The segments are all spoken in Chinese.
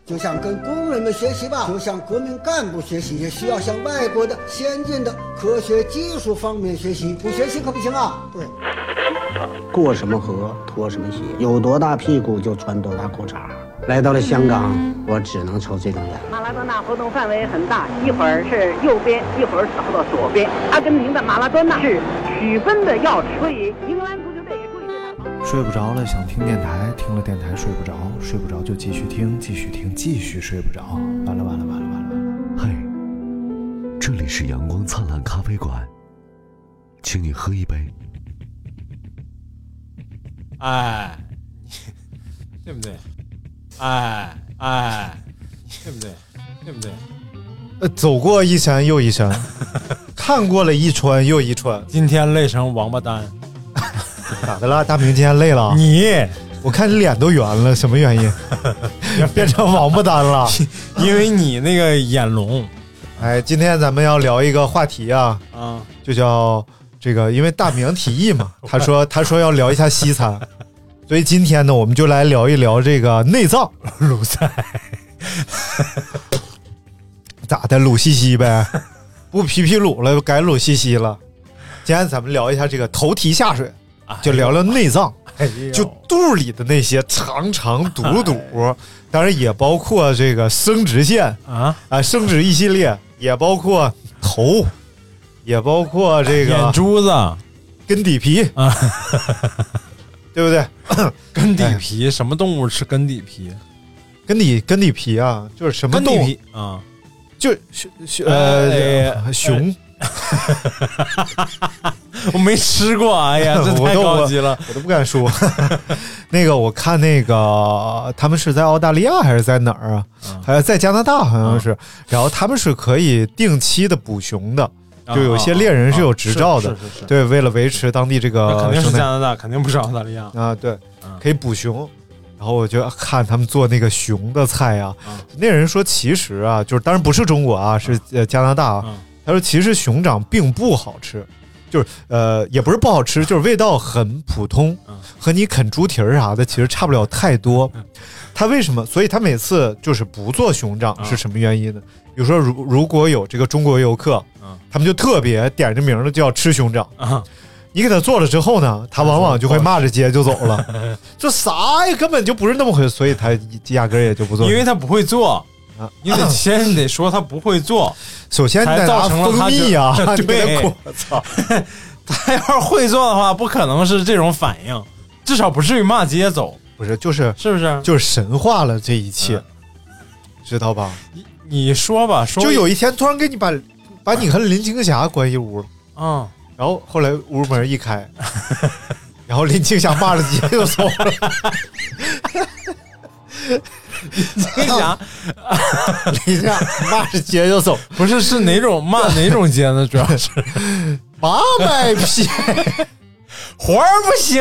就像跟工人们学习吧，就像革命干部学习，也需要向外国的先进的科学技术方面学习，不学习可不行啊！对， 过什么河脱什么鞋，有多大屁股就穿多大裤衩。来到了香港，我只能抽这种烟。 马拉多纳活动范围很大，一会儿是右边，一会儿跑到左边。阿根廷的马拉多纳是取分的钥匙，所以英格兰足球队也注意这场。 睡不着了想听电台，听了电台睡不着，睡不着就继续听，继续听，继续睡不着。完了完了完了完了！ 嘿，这里是阳光灿烂咖啡馆，请你喝一杯。 哎，对不对？哎，对不对？对不对？ 走过一山又一山，看过了一川又一川。 今天累成王八蛋， 咋的了？大明今天累了？我看你脸都圆了，什么原因？变成王八蛋了？ 因为你那个眼聋。 哎，今天咱们要聊一个话题啊，就叫这个，因为大明提议嘛，他说要聊一下西餐。所以今天呢，我们就来聊一聊这个内脏鲁菜， 咋的？鲁西西呗，不皮鲁了，改鲁西西了。今天咱们聊一下这个头提下水，就聊聊内脏，就肚里的那些长长肚肚，当然也包括这个生殖腺生殖一系列，也包括头，也包括这个眼珠子、 根底皮对不对？ 根底皮，什么动物吃根底皮？ 根底皮啊，就是什么动物啊？ 就熊。 我没吃过，哎呀，这太高级了， 我都不敢说。那个我看那个他们是在澳大利亚还是在哪儿啊？还在加拿大好像是。然后他们是可以定期的捕熊的。就有些猎人是有执照的， 是对，为了维持当地这个， 肯定是加拿大，肯定不是澳大利亚啊，对，可以捕熊。然后我就看他们做那个熊的菜啊，那人说其实啊，就是当然不是中国啊，是加拿大啊。他说其实熊掌并不好吃，就是也不是不好吃，就是味道很普通，和你啃猪蹄儿啥的其实差不了太多。他为什么？所以他每次就是不做熊掌是什么原因呢？比如说如果有这个中国游客，他们就特别点着名的就要吃熊掌，你给他做了之后呢，他往往就会骂着街就走了，这啥呀，根本就不是那么回事，所以他压根也就不做， 因为他不会做你得说他不会做， 首先得拿蜂蜜啊， 对，我操，他要是会做的话，不可能是这种反应，至少不至于骂街走， 不是，是不是就是神化了这一切，知道吧？ 你说吧， 就有一天突然给你把你和林青霞关一屋了，然后后来屋门一开，然后林青霞骂着街就走了。 林青霞骂着街就走， 不是是哪种骂哪种街呢？主要是马卖批， 活儿不行。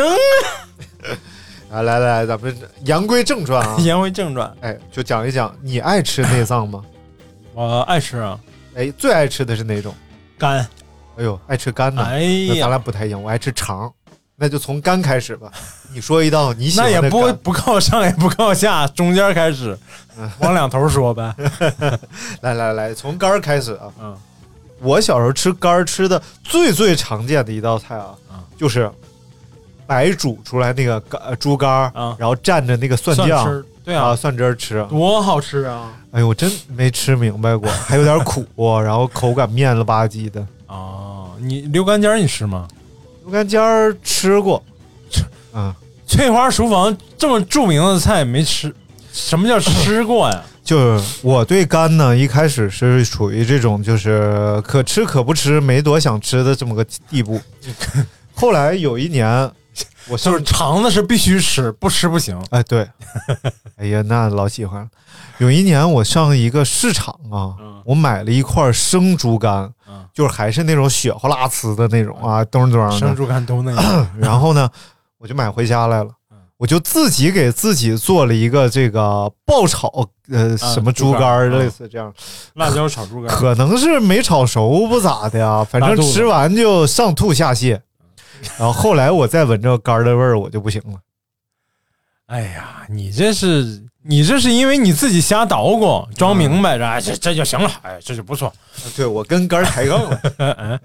来，咱们言归正传啊！ 言归正传， 哎，就讲一讲你爱吃内脏吗？ 我爱吃啊！ 哎，最爱吃的是哪种？ 肝。 哎呦，爱吃肝的。 哎呀， 那咱俩不太一样，我爱吃肠。那就从肝开始吧。你说一道你喜欢的肝。 那也不靠上也不靠下，中间开始，往两头说呗。 来，从肝开始啊。我小时候吃肝吃的最常见的一道菜啊，就是白煮出来那个猪肝，然后蘸着那个蒜酱， 对啊， 蒜汁吃， 多好吃啊！ 哎呦，我真没吃明白过，还有点苦，然后口感面了吧唧的。 哦，你溜肝尖你吃吗？ 溜肝尖吃过， 翠花厨房这么著名的菜没吃，什么叫吃过呀？ 就是我对肝呢，一开始是处于这种就是可吃可不吃，没多想吃的这么个地步。后来有一年。我就是肠子是必须吃，不吃不行。 哎，对，哎呀，那老喜欢了。有一年我上一个市场啊，我买了一块生猪肝，就是还是那种血乎拉呲的那种啊，咚咚的。 生猪肝都那样。 然后呢，我就买回家来了，我就自己给自己做了一个这个爆炒什么猪肝，类似这样。 辣椒炒猪肝， 可能是没炒熟不咋的呀，反正吃完就上吐下泻。然后后来我再闻着肝的味儿，我就不行了。 哎呀，你这是你这是因为你自己瞎捣鼓，装明白着，这就行了，哎，这就不错。 对，我跟肝抬杠了。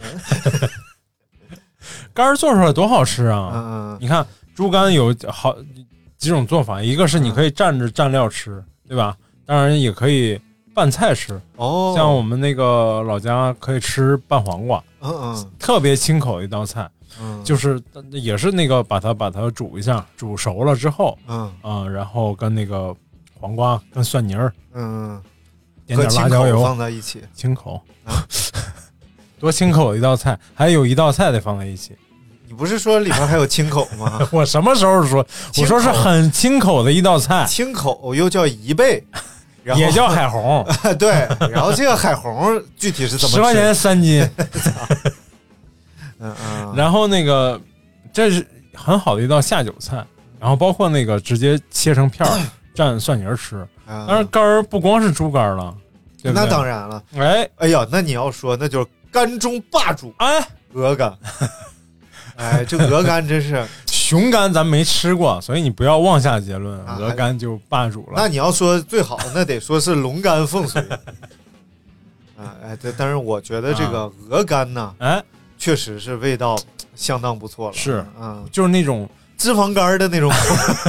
肝做出来多好吃啊！你看猪肝有好几种做法，一个是你可以蘸着蘸料吃，对吧？当然也可以拌菜吃。哦，像我们那个老家可以吃拌黄瓜，特别清口的一道菜。就是也是那个把它煮一下，煮熟了之后，然后跟那个黄瓜跟蒜泥儿，点点辣椒油放在一起， 清口，多清口的一道菜。还有一道菜得放在一起。 你不是说里面还有清口吗？ 我什么时候说？我说是很清口的一道菜， 清口又叫贻贝， 也叫海虹。 对，然后这个海虹具体是怎么吃？10 块钱3斤。然后那个这是很好的一道下酒菜，然后包括那个直接切成片蘸蒜泥吃。当然肝儿不光是猪肝了，对不对？ 那当然了。哎呀，那你要说那就是肝中霸主，鹅肝。哎，这鹅肝真是熊肝，咱没吃过，所以你不要妄下结论，鹅肝就霸主了。 那你要说最好，那得说是龙肝凤髓。对，但是我觉得这个鹅肝呢，确实是味道相当不错了。 是，就是那种脂肪肝的那种，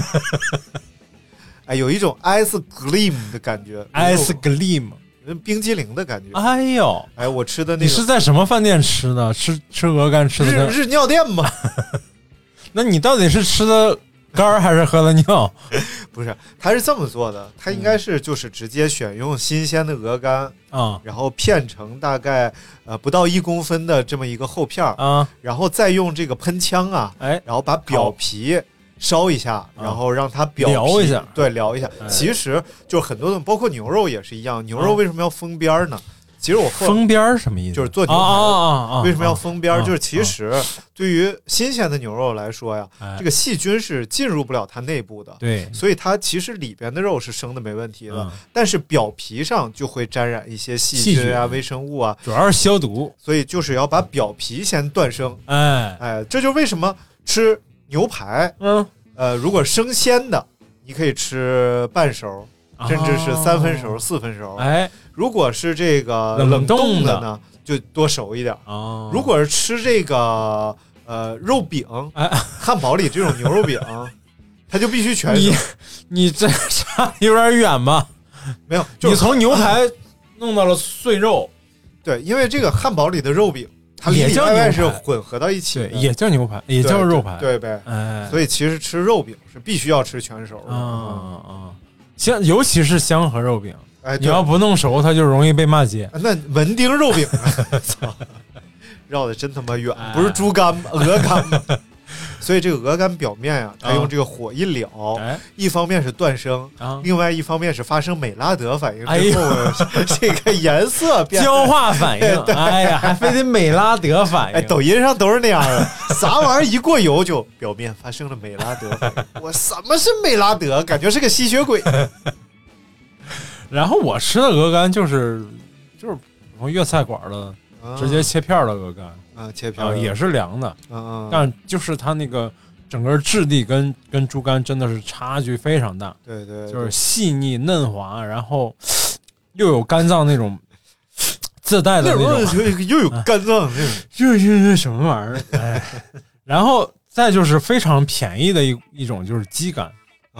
有一种 ice cream 的感觉 ，ice cream。 冰激凌的感觉。 哎呦， 我吃的那个， 你是在什么饭店吃的？吃鹅肝吃的日尿店吗？ 那你到底是吃的肝还是喝的尿？ 不是，他是这么做的，他应该是就是直接选用新鲜的鹅肝然后片成大概不到1公分的这么一个厚片然后再用这个喷枪然后把表皮烧一下，然后让它表皮燎一下， 对，燎一下。其实就是很多的，包括牛肉也是一样。牛肉为什么要封边呢？其实我封边什么意思？ 就是做牛排为什么要封边？就是其实对于新鲜的牛肉来说呀，这个细菌是进入不了它内部的， 对， 所以它其实里边的肉是生的没问题的，但是表皮上就会沾染一些细菌啊、微生物啊， 主要是消毒， 所以就是要把表皮先断生。这就是为什么吃牛排，如果生鲜的，你可以吃半熟，甚至是3分熟、4分熟。如果是这个冷冻的呢，就多熟一点。如果是吃这个肉饼，汉堡里这种牛肉饼，它就必须全熟。 你这差有点远吧？ 没有， 你从牛排弄到了碎肉。 对，因为这个汉堡里的肉饼。它里里外外是混合到一起的， 也叫牛排，也叫肉排， 对呗。所以其实吃肉饼是必须要吃全熟的香，尤其是香河肉饼，你要不弄熟，它就容易被骂街。 那文丁肉饼，操，绕的真他妈远，不是猪肝吗？鹅肝吗？所以这个鹅肝表面呀，它用这个火一燎，一方面是断生，另外一方面是发生美拉德反应之后，这个颜色变焦化反应。哎呀，还非得美拉德反应。 抖音上都是那样的，啥玩意儿一过油就表面发生了美拉德反应。我什么是美拉德？感觉是个吸血鬼。 然后我吃的鹅肝就是从粤菜馆的直接切片的鹅肝。 切片也是凉的，但就是它那个整个质地跟猪肝真的是差距非常大， 对， 就是细腻嫩滑，然后又有肝脏那种自带的那种， 又有肝脏那种， 就是什么玩意儿？然后再就是非常便宜的一种就是鸡肝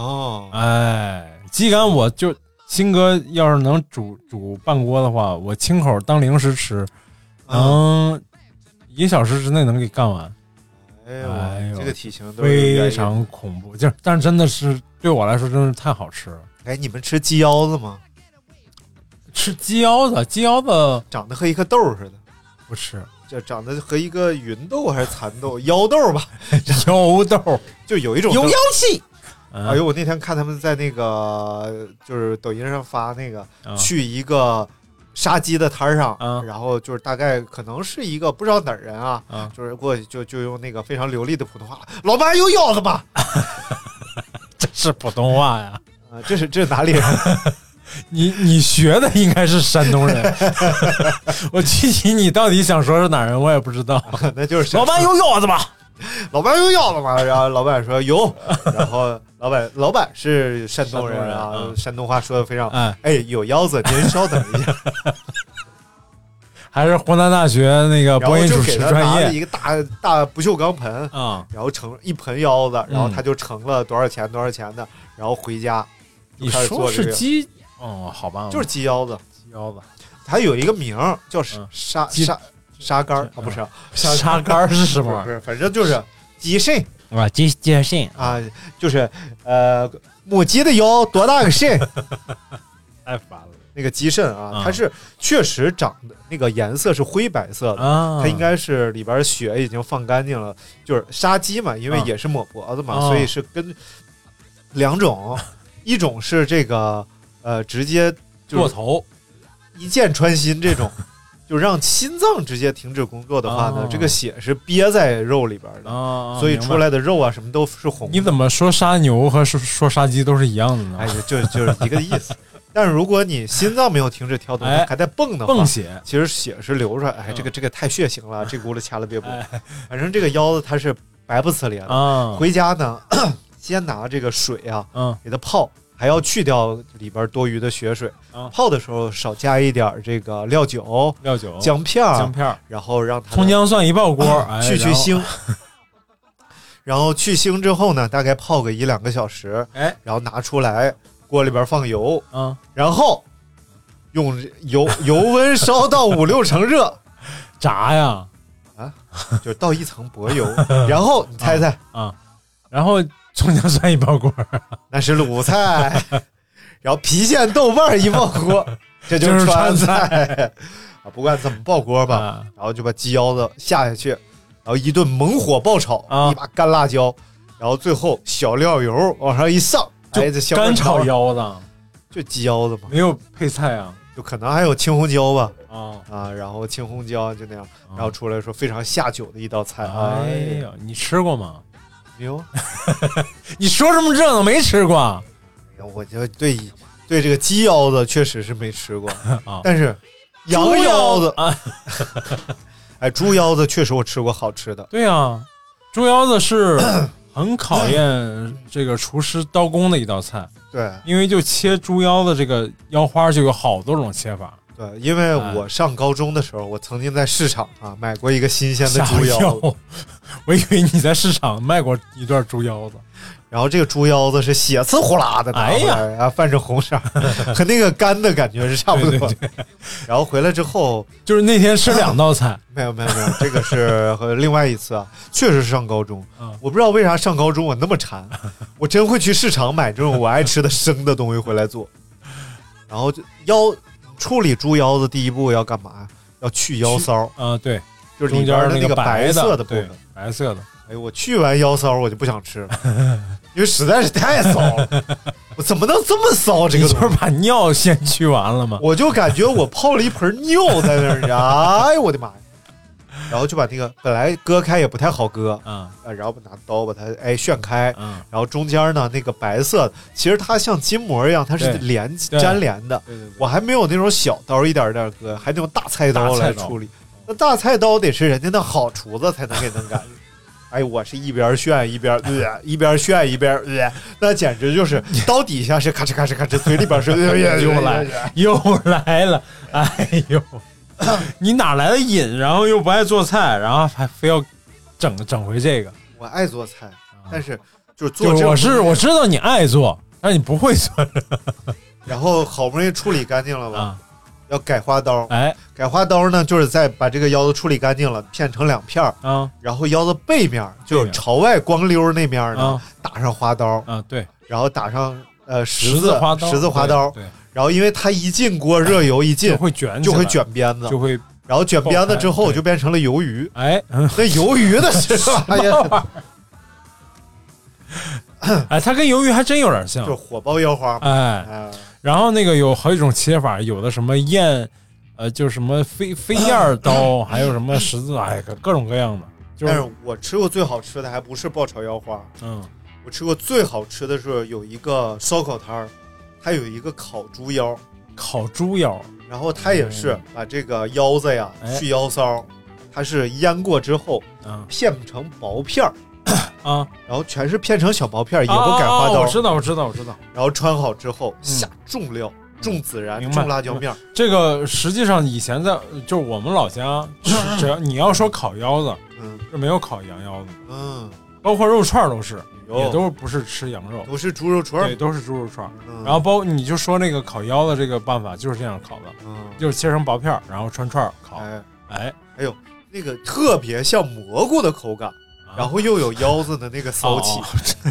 鸡肝我就鑫哥要是能煮半锅的话，我清口当零食吃，能1小时之内能给干完。 哎呦，这个体型都非常恐怖，但是真的是对我来说真是太好吃了。 你们吃鸡腰子吗？ 吃鸡腰子长得和一颗豆似的。 不吃， 就长得和一个芸豆还是蚕豆，腰豆吧？ 腰豆就有一种有妖气。 哎呦，我那天看他们在那个就是抖音上发那个去一个杀鸡的摊上，然后就是大概可能是一个不知道哪儿人就是过去就用那个非常流利的普通话，老板有腰子吗？ 这是普通话呀？ 这是哪里人？ 你学的应该是山东人。我具体你到底想说是哪人我也不知道。 那就是老板有腰子吗？ 老板有腰子吗？然后老板说有，然后老板是山东人啊，山东话说的非常有腰子，您稍等一下。 还是湖南大学那个播音主持专业， 然后就给他拿了一个大不锈钢盆啊， 然后盛一盆腰子，然后他就盛了多少钱的，然后回家就开始做这个。 你说是鸡？哦，好吧， 就是鸡腰子， 腰子， 它有一个名叫沙肝啊，不是沙肝是什么？ 不是，反正就是鸡肾啊，鸡肾啊，就是母鸡的腰多大个肾？ 太烦了。 那个鸡肾啊，它是确实长的那个颜色是灰白色的，它应该是里边血已经放干净了，就是杀鸡嘛，因为也是抹脖子嘛，所以是跟两种，一种是这个直接剁头一箭穿心这种，就让心脏直接停止工作的话呢，这个血是憋在肉里边的，所以出来的肉啊什么都是红的。 你怎么说杀牛和说杀鸡都是一样的呢？ 哎，就是一个意思。但是如果你心脏没有停止跳动，还在蹦的话， 蹦血， 其实血是流出来。哎，这个太血腥了，这轱辘掐了别播。反正这个腰子它是白不呲咧的。回家呢，先拿这个水啊，给它泡，还要去掉里边多余的血水。泡的时候少加一点这个料酒、姜片，然后让它葱姜蒜一爆锅， 去腥。然后去腥之后呢，大概泡个1-2个小时，然后拿出来。锅里边放油，然后用油温烧到5-6成热， 炸呀， 就倒一层薄油，然后你猜猜然后葱姜蒜一爆锅， 那是鲁菜，然后郫县豆瓣一爆锅，这就是川菜啊。不管怎么爆锅吧，然后就把鸡腰子下去，然后一顿猛火爆炒，一把干辣椒，然后最后小料油往上一上。 就干炒腰子， 就鸡腰子嘛， 没有配菜啊， 就可能还有青红椒吧，然后青红椒就那样，然后出来说非常下酒的一道菜。 哎呀，你吃过吗？ 没有， 你说这么热闹没吃过？ 哎呀，我就对这个鸡腰子确实是没吃过，但是羊腰子，哎，猪腰子确实我吃过好吃的。 对啊，猪腰子是。很考验这个厨师刀工的一道菜， 对， 因为就切猪腰的这个腰花就有好多种切法。 对，因为我上高中的时候，我曾经在市场买过一个新鲜的猪腰子， 我以为你在市场卖过一段猪腰子， 然后这个猪腰子是血呲呼啦的拿回来啊，泛着红色，和那个干的感觉是差不多。对，然后回来之后， 就是那天吃2道菜， 没有，这个是和另外一次啊，确实是上高中，我不知道为啥上高中我那么馋，我真会去市场买这种我爱吃的生的东西回来做。然后处理猪腰子第一步要干嘛？要去腰骚对， 就是里边的那个白色的部分， 白色的。 哎，我去完腰骚我就不想吃了，因为实在是太骚了。我怎么能这么骚？这个你就是把尿先去完了吗？ 我就感觉我泡了一盆尿在那儿，哎呦我的妈呀！然后就把那个本来割开也不太好割，然后拿刀把它旋开，然后中间呢那个白色，其实它像筋膜一样，它是粘连的。我还没有那种小刀一点点割，还得用大菜刀来处理。那大菜刀得是人家那好厨子才能给弄干净。哎，我是一边炫一边一边炫一边那简直就是刀底下是咔哧咔哧咔哧，嘴里边是又来了，哎呦，你哪来的瘾？然后又不爱做菜，然后还非要整回这个。 我爱做菜，但是就是做这我知道你爱做，但是你不会做。 然后好不容易处理干净了吧？要改花刀，改花刀呢，就是再把这个腰子处理干净了，片成2片然后腰子背面就是朝外光溜那面呢，打上花刀对， 然后打上十字花刀， 对， 然后因为它一进锅，热油一进就会卷鞭子， 就会， 然后卷鞭子之后就变成了鱿鱼，那鱿鱼的是吧？ 哎，它跟鱿鱼还真有点像， 就是火爆腰花， 然后那个有好几种切法，有的什么就是什么飞燕刀，还有什么十字，哎，各种各样的。 但是我吃过最好吃的还不是爆炒腰花，我吃过最好吃的是有一个烧烤摊儿，它有一个烤猪腰， 然后它也是把这个腰子呀去腰骚， 它是腌过之后片成薄片儿啊，然后全是片成小薄片，也不改花刀。 我知道。 然后穿好之后下重料，重孜然，重辣椒面。 这个实际上以前就是我们老家，只要你要说烤腰子，是没有烤羊腰子，包括肉串都是，也都不是吃羊肉， 都是猪肉串， 对，都是猪肉串。然后你就说那个烤腰的这个办法就是这样烤的，就是切成薄片，然后穿串烤。哎呦，那个特别像蘑菇的口感，然后又有腰子的那个骚气，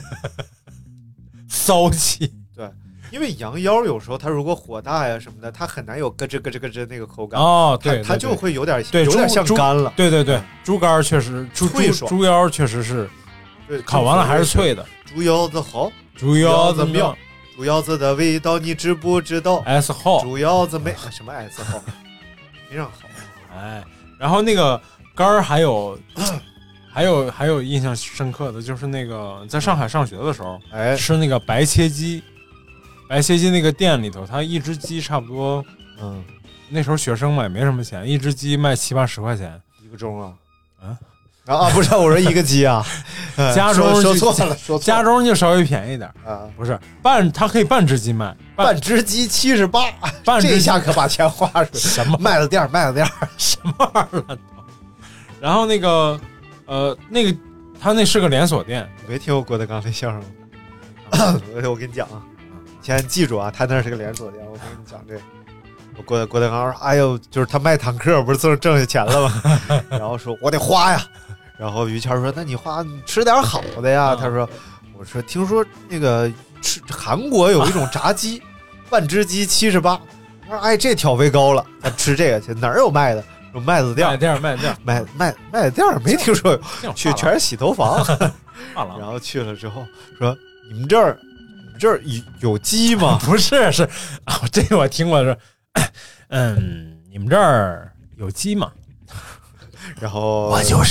骚气。 对，因为羊腰有时候它如果火大呀什么的，它很难有咯吱咯吱咯吱那个口感。 对， 它就会有点像干了。 对，猪肝确实猪腰确实是，烤完了还是脆的。 猪腰子好， 猪腰子妙， 猪腰子的味道你知不知道 ？S 号， 猪腰子没什么 S 号，非常好。 哎，然后那个肝儿还有印象深刻的就是那个在上海上学的时候，吃那个白切鸡那个店里头，它一只鸡差不多，那时候学生嘛也没什么钱，一只鸡卖70-80块钱一个钟啊，不是，我说一个鸡啊， 家中说错了， 家中就稍微便宜点啊，不是它可以半只鸡卖， 半只鸡78，这下可把钱花出去， 什么卖了店什么玩意儿？然后那个他那是个连锁店， 没听过郭德纲那相声吗？我跟你讲啊，先记住啊，他那是个连锁店，我跟你讲这个。郭德纲说：“哎呦，就是他卖坦克，不是挣下钱了吗？然后说我得花呀。然后于谦说：那你吃点好的呀。他说：我说听说那个韩国有一种炸鸡，半只鸡78。他说：哎，这挑费高了，咱吃这个去。哪儿有卖的？有麦子店，卖的店没听说有，去全是洗头房。然后去了之后说：你们这儿有鸡吗？ 不是啊，这个我听过是。”你们这儿有鸡吗？ 然后我就是，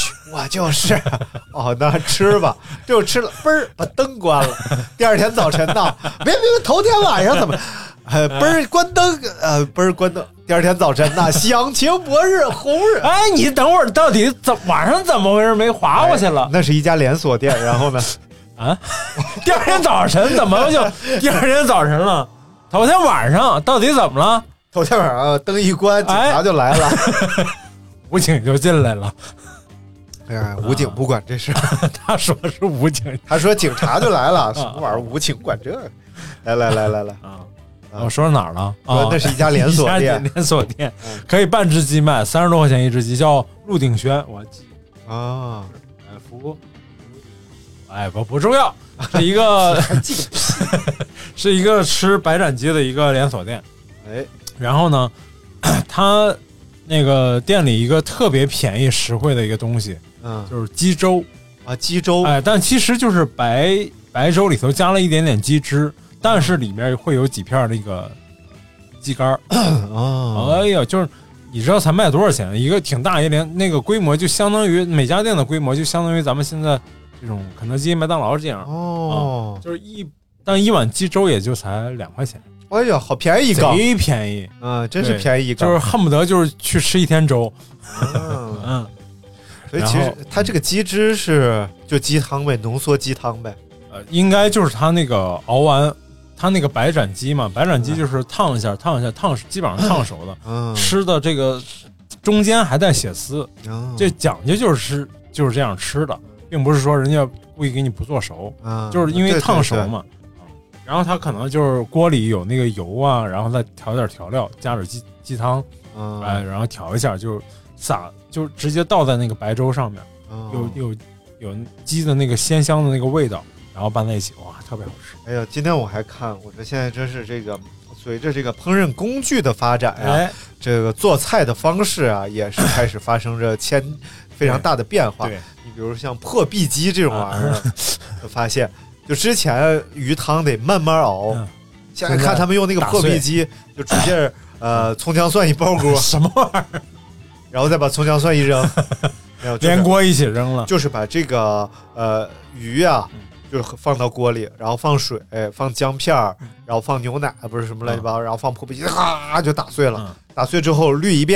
哦，那吃吧，就吃了，嘣儿把灯关了。第二天早晨呢，别，头天晚上怎么，嘣儿关灯，嘣儿关灯。第二天早晨呢，响晴博日红日。 哎，你等会儿到底晚上怎么回事？没划过去了？ 那是一家连锁店，然后呢？ 第二天早晨怎么就第二天早晨了？头天晚上到底怎么了？ 头天晚上灯一关，警察就来了， 武警就进来了。 哎呀，武警不管这事， 他说是武警， 他说警察就来了，什么玩意儿？武警管这个？来啊！ 我说到哪儿了？ 那是一家连锁店， 连锁店可以半只鸡卖30多块钱一只鸡，叫鹿鼎轩，我记啊， 不重要，是一个是一个吃白斩鸡的一个连锁店。然后呢，他那个店里一个特别便宜实惠的一个东西，就是鸡粥啊，鸡粥， 但其实就是白粥里头加了一点点鸡汁，但是里面会有几片那个鸡肝哎呀，就是你知道才卖多少钱？一个挺大一连那个规模就相当于每家店的规模就相当于咱们现在这种肯德基、麦当劳这样就是但一碗鸡粥也就才2块钱。 哎呀，好便宜一缸， 贼便宜， 真是便宜一缸， 就是恨不得就是去吃一天粥。 所以其实它这个鸡汁是就鸡汤呗，浓缩鸡汤呗。 应该就是它那个熬完，它那个白斩鸡嘛，白斩鸡就是烫一下，基本上烫熟的。吃的这个中间还带血丝，这讲究就是这样吃的，并不是说人家故意给你不做熟，就是因为烫熟嘛。然后它可能就是锅里有那个油啊，然后再调点调料，加点鸡汤，然后调一下就直接倒在那个白粥上面，有鸡的那个鲜香的那个味道，然后拌在一起，哇，特别好吃。 哎呀，今天我还看，我说现在真是这个随着这个烹饪工具的发展啊，这个做菜的方式啊，也是开始发生着非常大的变化。你比如像破壁机这种玩意儿，就发现。就之前鱼汤得慢慢熬，现在看他们用那个破壁机，就直接葱姜蒜一包锅， 什么玩意儿， 然后再把葱姜蒜一扔， 连锅一起扔了， 就是把这个鱼啊，就是放到锅里，然后放水，放姜片，然后放牛奶，不是什么乱七八糟，然后放破壁机，就打碎了，打碎之后滤一遍，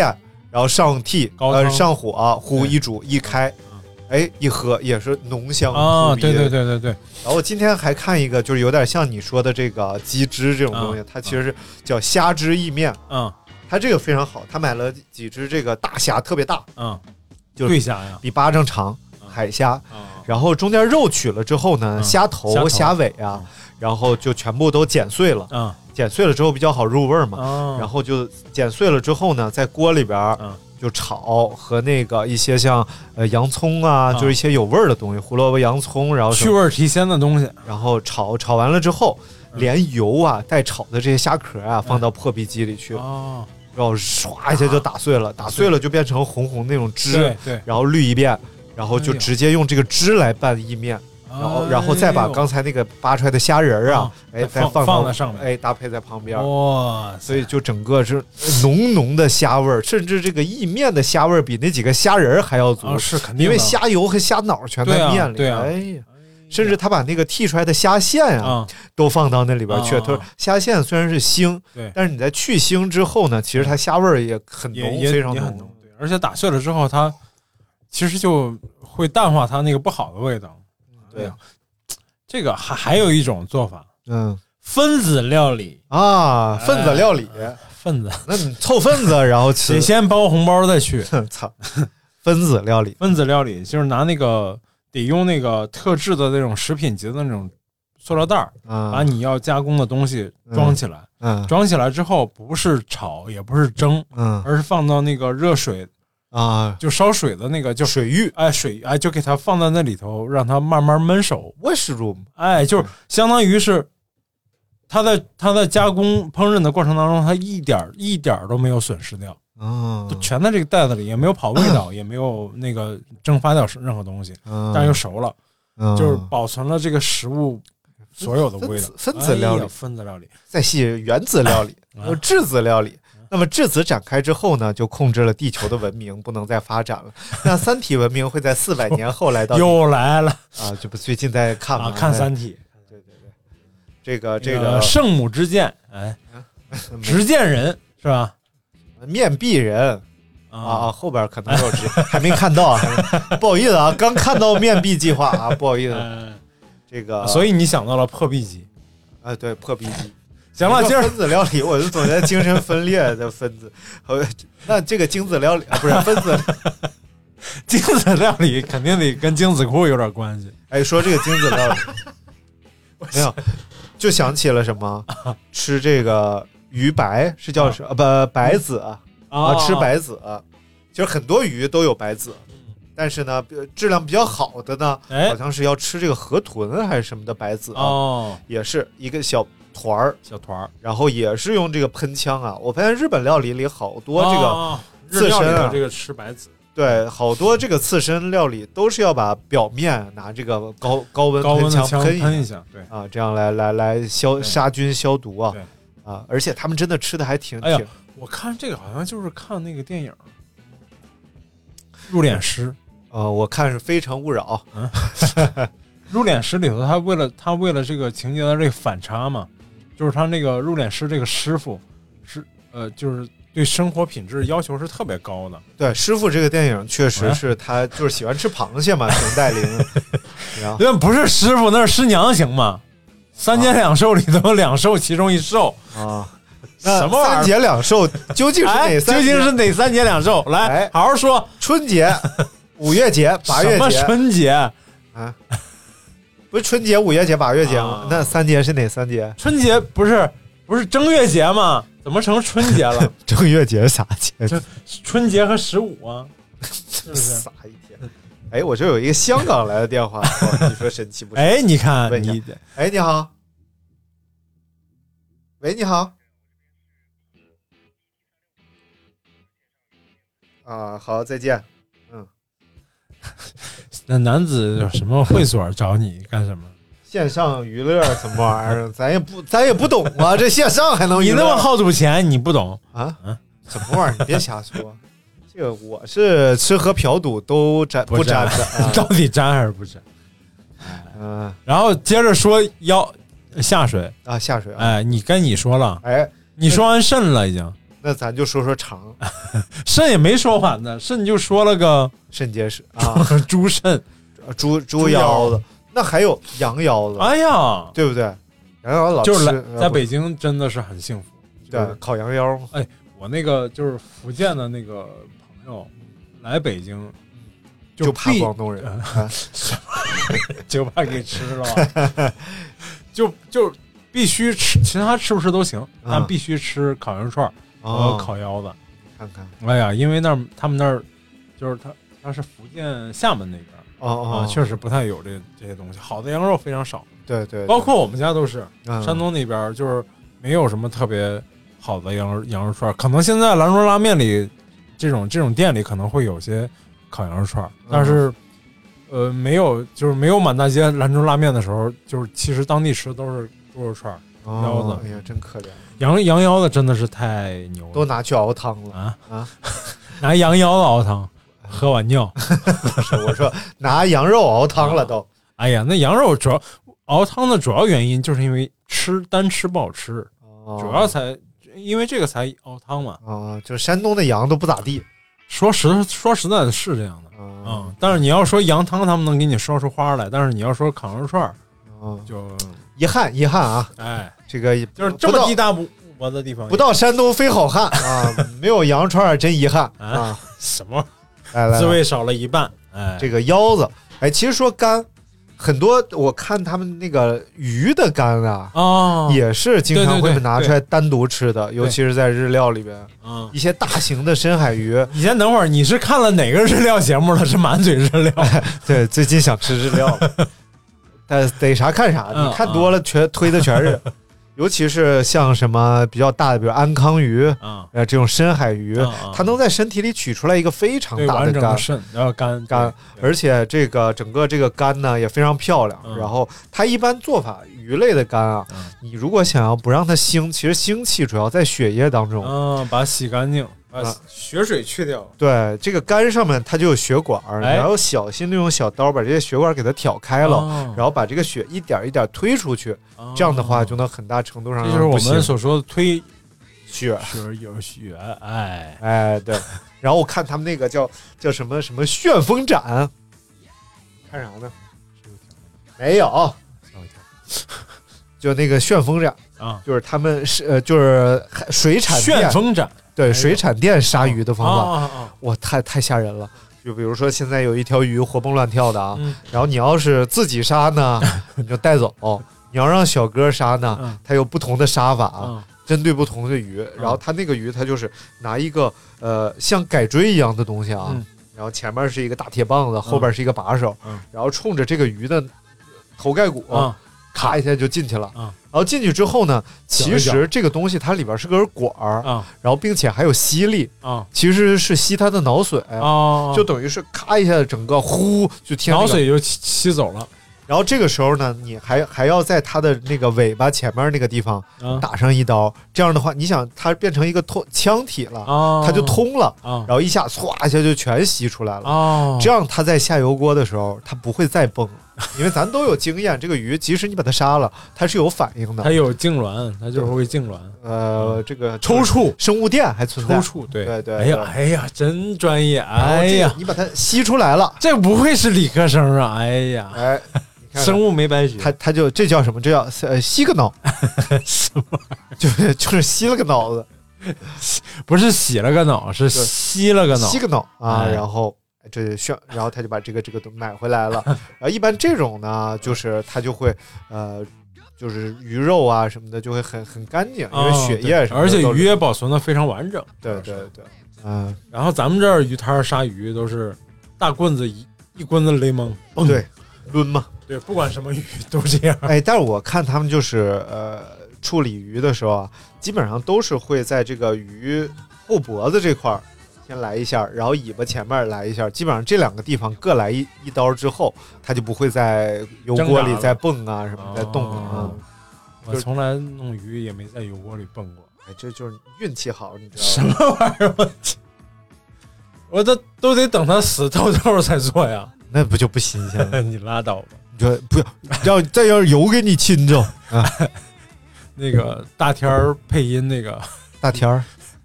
然后上屉上火，呼一煮一开，一喝也是浓香扑鼻。 对。 然后我今天还看一个，就是有点像你说的这个鸡汁这种东西，它其实是叫虾汁意面。它这个非常好，他买了几只这个大虾，特别大，就对虾呀， 比巴掌长，海虾。然后中间肉取了之后呢，虾头、虾尾啊，然后就全部都剪碎了。剪碎了之后比较好入味嘛。然后就剪碎了之后呢，在锅里边就炒和那个一些像洋葱啊，就是一些有味儿的东西，胡萝卜、洋葱，然后去味提鲜的东西， 然后炒完了之后，连油啊带炒的这些虾壳啊放到破壁机里去。然后唰一下就打碎了，打碎了就变成红红那种汁， 对， 然后滤一遍，然后就直接用这个汁来拌意面，然后再把刚才那个扒出来的虾仁啊，再放在上面， 搭配在旁边， 哇， 所以就整个是浓浓的虾味儿，甚至这个意面的虾味儿比那几个虾仁还要足， 是肯定的， 因为虾油和虾脑全在面里，哎呀。甚至他把那个剔出来的虾线都放到那里边去。他说虾线虽然是腥，但是你在去腥之后呢，其实它虾味儿也很浓，非常浓。 对，而且打碎了之后，它其实就会淡化它那个不好的味道。对，这个还有一种做法，分子料理啊，分子料理， 分子， 那你凑分子然后吃， 得先包红包再去。 操，分子料理就是拿那个。得用那个特制的那种食品级的那种塑料袋把你要加工的东西装起来。装起来之后不是炒也不是蒸，而是放到那个热水就烧水的那个就水浴， 就给它放在那里头，让它慢慢焖熟。 Washroom， 就是相当于是它在加工烹饪的过程当中，它一点都没有损失掉。都全在这个袋子里，也没有跑味道，也没有那个蒸发掉任何东西，但是又熟了，就是保存了这个食物所有的味道。 分子料理，再细原子料理，质子料理。那么质子展开之后呢，就控制了地球的文明，不能再发展了。那三体文明会在400年后来到又来了这不最近在看吗？ 看三体。 对，这个圣母之剑，执剑人是吧？ 面壁人后边可能有还没看到，不好意思啊，刚看到面壁计划啊，不好意思。这个， 所以你想到了破壁机对，破壁机。 行了， 分子料理，我就总觉得精神分裂的分子。那这个精子料理不是分子， 精子料理肯定得跟精子库有点关系。 说这个精子料理，没有，就想起了什么，吃这个。鱼白是叫什么？白子吃白子。其实很多鱼都有白子，但是呢，质量比较好的呢，好像是要吃这个河豚还是什么的白子也是一个小团儿，然后也是用这个喷枪我发现日本料理里好多这个刺身这个吃白子， 对，好多这个刺身料理都是要把表面拿这个高温喷枪喷一下，对这样来杀菌消毒对。而且他们真的吃的还挺我看这个好像就是看那个电影入殓师我看是非诚勿扰入殓师里头他为了这个情节的这个反差嘛，就是他那个入殓师这个师傅是就是对生活品质要求是特别高的。 对，师傅这个电影确实是他就是喜欢吃螃蟹嘛，熊黛林那不是师傅，那是师娘行吗？3节两寿里头有2寿，其中1寿那什么玩意儿？3节两寿究竟是哪3节？ 究竟是哪3节两寿？来，好好说。 春节、5月节、8月节。什么春节不是春节、5月节、8月节吗？那3节是哪3节？ 春节不是正月节吗？怎么成春节了？ 正月节是啥节？ 春节和15是不是？ 傻一天。我这有一个香港来的电话，你说神奇不神奇？ 你看你， 你好，喂，你好，好，再见。 那男子有什么会所找你干什么？ 线上娱乐什么玩意儿？咱也不懂啊，这线上还能你那么好赌钱，你不懂什么玩意儿？你别瞎说。这个我是吃喝嫖赌都不沾的， 到底沾还是不沾？然后接着说下水下水你跟你说了你说完肾了已经， 那咱就说说肠， 肾也没说完呢，肾就说了个肾结石啊， 猪肾、 猪腰子，那还有羊腰子， 哎呀， 对不对？羊腰子老就是吃， 在北京真的是很幸福。 对，烤羊腰。 哎，我那个就是福建的那个朋友来北京， 就怕广东人， 就怕给吃了，就必须吃，其他吃不吃都行，但必须吃烤羊串和烤腰子。 看看， 哎呀，因为他们那儿就是他是福建厦门那边确实不太有这些东西，好的羊肉非常少。 对， 包括我们家都是，山东那边就是没有什么特别好的羊肉串，可能现在兰州拉面里这种店里可能会有些烤羊肉串，但是没有满大街兰州拉面的时候，就是其实当地吃的都是猪肉串、腰子。 哎呀，真可怜！ 羊腰子真的是太牛了， 都拿去熬汤了拿羊腰子熬汤，喝碗尿。 我说拿羊肉熬汤了都。 哎呀，那羊肉主要熬汤的主要原因就是因为单吃不好吃，主要才因为这个才熬汤嘛。 就是山东的羊都不咋地。 说实在的是这样的，但是你要说羊汤，他们能给你烧出花来，但是你要说烤羊肉串，就遗憾啊！ 哎， 这个就是这么地大物博的地方， 不到山东非好汉啊！没有羊串真遗憾啊！ 什么？ 来， 滋味少了一半。哎， 这个腰子，哎，其实说肝。很多我看他们那个鱼的肝也是经常会拿出来单独吃的，尤其是在日料里边，一些大型的深海鱼。 你先等会儿，你是看了哪个日料节目了？是满嘴日料？ 对，最近想吃日料，但逮啥看啥，你看多了推的全是。尤其是像什么比较大的，比如安康鱼这种深海鱼，它能在身体里取出来一个非常大的肝， 肾，然后肝， 而且这个整个这个肝呢也非常漂亮。然后它一般做法，鱼类的肝你如果想要不让它腥，其实腥气主要在血液当中， 把它洗干净。把血水去掉。 对，这个肝上面它就有血管，你要小心的用小刀把这些血管给它挑开了，然后把这个血一点一点推出去，这样的话就能很大程度上这就是我们所说的推血有血。 哎对。然后我看他们那个叫什么旋风斩，看啥呢？没有，就那个旋风斩就是他们就是水产店旋风斩。 对，水产店杀鱼的方法，哇，太吓人了。就比如说现在有一条鱼活蹦乱跳的然后你要是自己杀呢，你就带走；你要让小哥杀呢，他有不同的杀法，针对不同的鱼。然后他那个鱼，他就是拿一个像改锥一样的东西然后前面是一个大铁棒子，后边是一个把手，然后冲着这个鱼的头盖骨咔一下就进去了，然后进去之后呢，其实这个东西它里边是根管然后并且还有吸力其实是吸它的脑髓就等于是咔一下整个呼就脑髓就吸走了。 然后这个时候呢，你还要在它的那个尾巴前面那个地方打上一刀，这样的话，你想它变成一个腔体了，它就通了，然后一下唰一下就全吸出来了。这样它在下油锅的时候，它不会再蹦了。因为咱都有经验，这个鱼即使你把它杀了，它是有反应的， 它有痉挛，它就是会痉挛。 这个抽搐， 生物电还存在。 抽搐，对。 哎呀，真专业！哎呀， 你把它吸出来了， 这不会是理科生啊！哎呀，生物没白学。 它就这叫什么？这叫吸个脑， 什么玩意儿？就是吸了个脑子， 不是洗了个脑，是吸了个脑， 吸个脑然后。然后他就把这个都买回来了。然后一般这种呢，就是他就会就是鱼肉什么的就会很干净，因为血液什么的， 而且鱼也保存的非常完整。 对， 然后咱们这儿鱼摊杀鱼都是大棍子一棍子雷蒙， 对，抡嘛， 对，不管什么鱼都这样。 但是我看他们就是处理鱼的时候基本上都是会在这个鱼后脖子这块先来一下，然后尾巴前面来一下，基本上这两个地方各来一刀之后，它就不会在油锅里再蹦什么再动我从来弄鱼也没在油锅里蹦过。 这就是运气好，你知道吗？ 什么玩意儿？我都得等它死透透才做呀， 那不就不新鲜了？ 你拉倒吧！ 你说不要再让油给你浸着那个大天儿配音那个大天儿。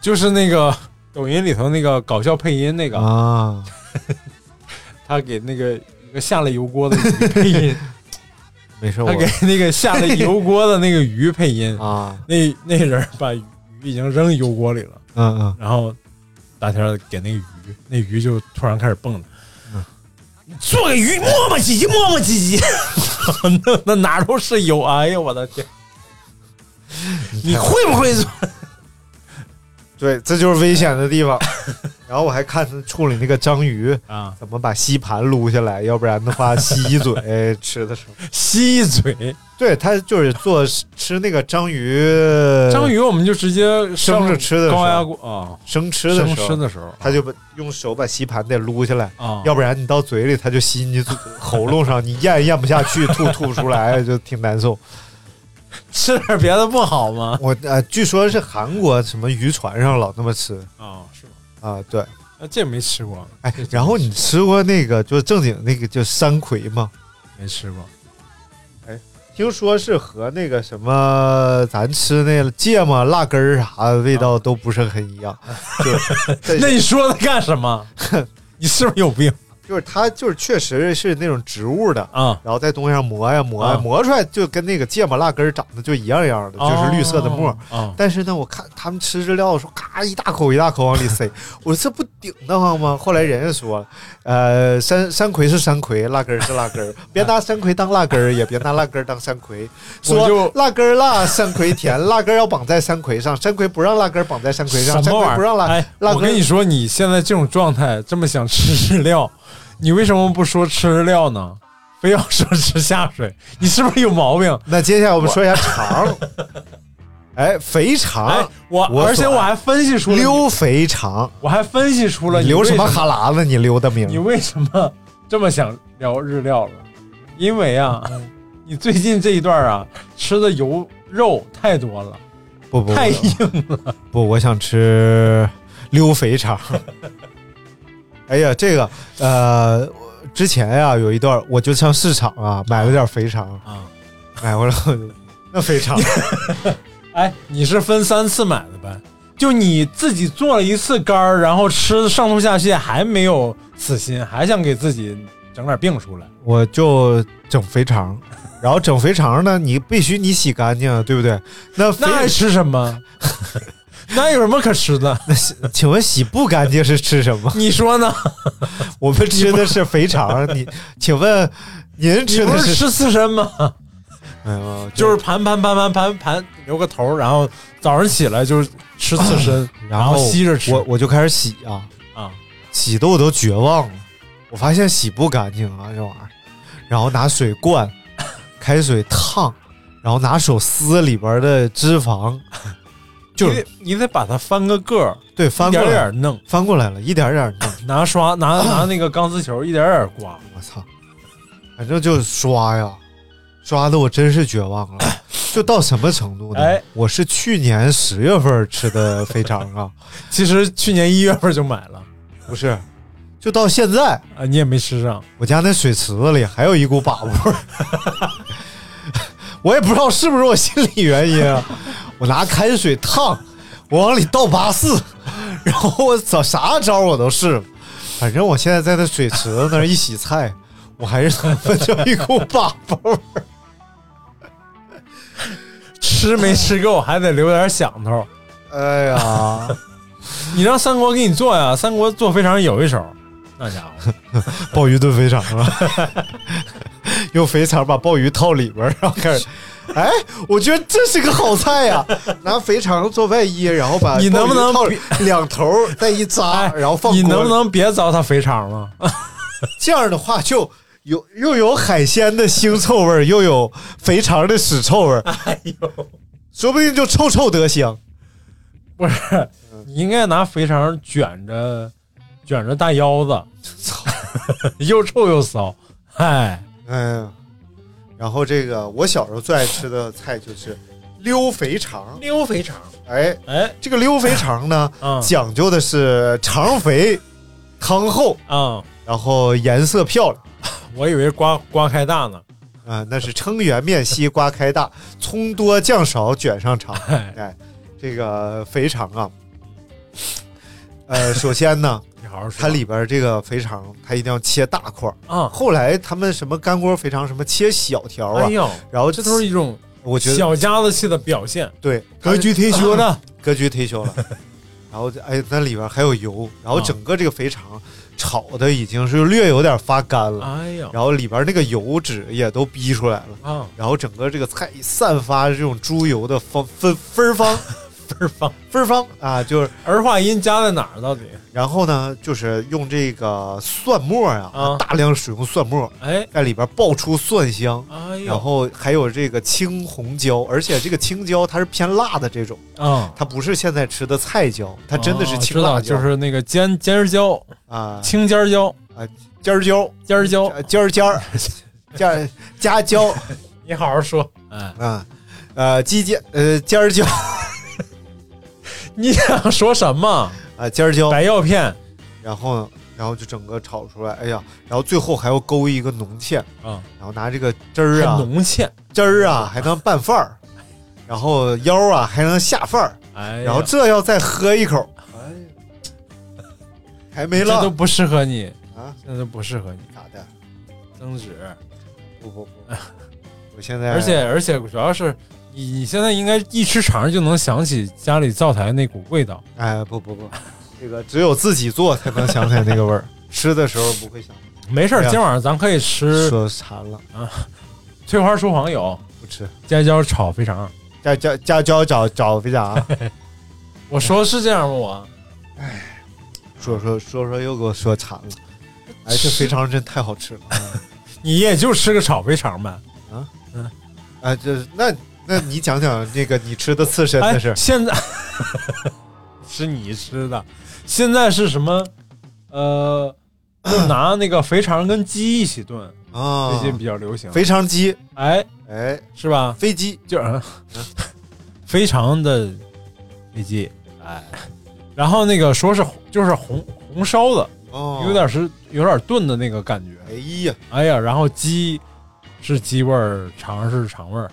就是那个抖音里头那个搞笑配音那个啊， 他给那个一个下了油锅的鱼配音， 没事， 他给那个下了油锅的那个鱼配音啊，那人把鱼已经扔油锅里了，然后大天给那个鱼，那鱼就突然开始蹦了。做个鱼磨磨唧唧磨磨唧唧，那哪都是油！哎呀，我的天！你会不会做？ 对，这就是危险的地方。然后我还看他处理那个章鱼啊，怎么把吸盘撸下来，要不然的话吸一嘴吃的时候吸一嘴。 对，他就是吃那个章鱼， 我们就直接生着吃的时候， 高压锅啊， 生吃的时候，他就用手把吸盘得撸下来啊，要不然你到嘴里他就吸你喉咙上，你咽不下去，吐不出来，就挺难受。 吃点别的不好吗？ 我据说是韩国什么渔船上老那么吃啊，是吗？ 啊，对， 这没吃过。 哎，然后你吃过那个就是正经那个叫山葵吗？ 没吃过。 哎，听说是和那个什么咱吃那个芥末、辣根儿啥的味道都不是很一样。 那你说它干什么？你是不是有病？ 就是它就是确实是那种植物的啊，然后在东西上磨呀磨出来，就跟那个芥末辣根长得就一样的，就是绿色的沫。但是呢，我看他们吃日料的时候，咔一大口往里塞，我说这不顶得慌吗？后来人家说，山葵是山葵，辣根是辣根，别拿山葵当辣根，也别拿辣根当山葵。说辣根辣，山葵甜，辣根要绑在山葵上，山葵不让辣根绑在山葵上，山葵不让辣根。 我跟你说，你现在这种状态，这么想吃日料。你为什么不说吃日料呢？非要说吃下水，你是不是有毛病？ 那接下来我们说一下肠。哎，肥肠， 哎，而且我还分析出了溜肥肠， 我还分析出了你溜什么哈喇子，你溜的命。 你为什么这么想聊日料了？因为啊，你最近这一段啊，吃的肉太多了， 不太硬了。 不，我想吃溜肥肠。哎呀，这个之前呀有一段，我就上市场啊买了点肥肠啊，买回来那肥肠， 哎，你是分3次买的呗？就你自己做了1次干，然后吃上吐下泻，还没有死心，还想给自己整点病出来， 我就整肥肠。然后整肥肠呢，你必须你洗干净，对不对？那还吃什么？那有什么可吃的？ 那请问洗不干净是吃什么？ 你说呢？ 我们吃的是肥肠，请问您吃的是吃刺身吗？ 哎呦， 就是盘，留个头，然后早上起来就是吃刺身，然后吸着吃。 我就开始洗洗的我都绝望了。我发现洗不干净啊，这玩意儿。然后拿水灌，开水烫，然后拿手撕里边的脂肪。就是你得把它翻个个儿， 对，翻过来， 一点点弄， 翻过来了，一点点弄， 拿那个钢丝球一点点刮。 我操，反正就是刷呀，刷的我真是绝望了。就到什么程度呢？哎，我是去年10月份吃的肥肠啊， 其实去年1月份就买了， 不是，就到现在啊，你也没吃上。 我家那水池子里还有一股粑粑，我也不知道是不是我心理原因啊。我拿开水烫，我往里倒84，然后我找啥招我都试了，反正我现在在那水池子那儿一洗菜，我还是能闻着一股粑粑味。 吃没吃够，还得留点响头。 哎呀， 你让三国给你做呀，三国做肥肠有一手，那家伙鲍鱼炖肥肠啊，用肥肠把鲍鱼套里边，然后开始。哎，我觉得这是个好菜呀！拿肥肠做外衣，然后把你能不能两头再一扎，然后放锅。 你能不能别糟蹋肥肠了？ 这样的话就又有海鲜的腥臭味，又有肥肠的屎臭味。哎呦，说不定就臭臭得香。 不是，你应该拿肥肠卷着大腰子，操，又臭又骚。哎呀。然后这个我小时候最爱吃的菜就是溜肥肠。 溜肥肠， 哎，这个溜肥肠呢，讲究的是肠肥、汤厚然后颜色漂亮。 我以为瓜开大呢。 那是撑圆面稀瓜开大，葱多酱少卷上肠。哎，这个肥肠啊， 首先呢， 你好好说， 它里边这个肥肠它一定要切大块啊。 后来他们什么干锅肥肠什么切小条啊， 哎呦， 然后这都是一种我觉得小家子气的表现。 对， 格局忒修了， 格局忒修了。然后那里边还有油，然后整个这个肥肠炒的已经是略有点发干了， 哎呀， 然后里边那个油脂也都逼出来了啊， 然后整个这个菜散发这种猪油的芬芳啊，就是儿化音加在哪儿到底？ 然后呢，就是用这个蒜末啊，大量使用蒜末，在里边爆出蒜香，然后还有这个青红椒，而且这个青椒它是偏辣的这种它不是现在吃的菜椒，它真的是青辣椒， 就是那个尖椒啊， 青尖椒啊，尖椒，加椒， 你好好说， 尖椒。 你想说什么啊？尖椒、 白药片， 然后就整个炒出来，哎呀，然后最后还要勾一个浓芡然后拿这个汁儿啊， 浓芡汁儿啊还能拌饭儿，然后腰啊还能下饭儿，然后这要再喝一口，还没了， 这都不适合你啊，这都不适合你， 咋的？ 增脂？ 不，我现在， 而且主要是。你现在应该一吃肠就能想起家里灶台那股味道。 哎，不，这个只有自己做才能想起来那个味儿，吃的时候不会想。 没事，今晚上咱可以吃。 说馋了啊！翠花厨房有不吃？ 加椒炒肥肠， 加椒炒肥肠。 我说是这样吗？我， 哎，说又给我说馋了。哎，这肥肠真太好吃了。 你也就吃个炒肥肠呗。 那你讲讲那个你吃的刺身的事。 现在是你吃的，现在是什么？就拿那个肥肠跟鸡一起炖啊，最近比较流行肥肠鸡， 哎，是吧？ 飞机就是肥肠的飞机，哎，然后那个说是就是红烧的，有点炖的那个感觉。哎呀，然后鸡是鸡味儿，肠是肠味儿。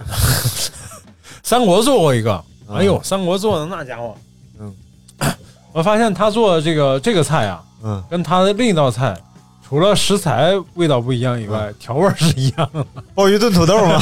三国做过一个，哎呦，三国做的那家伙，我发现他做的这个菜啊，跟他的另一道菜，除了食材味道不一样以外，调味是一样的。 鲍鱼炖土豆吗？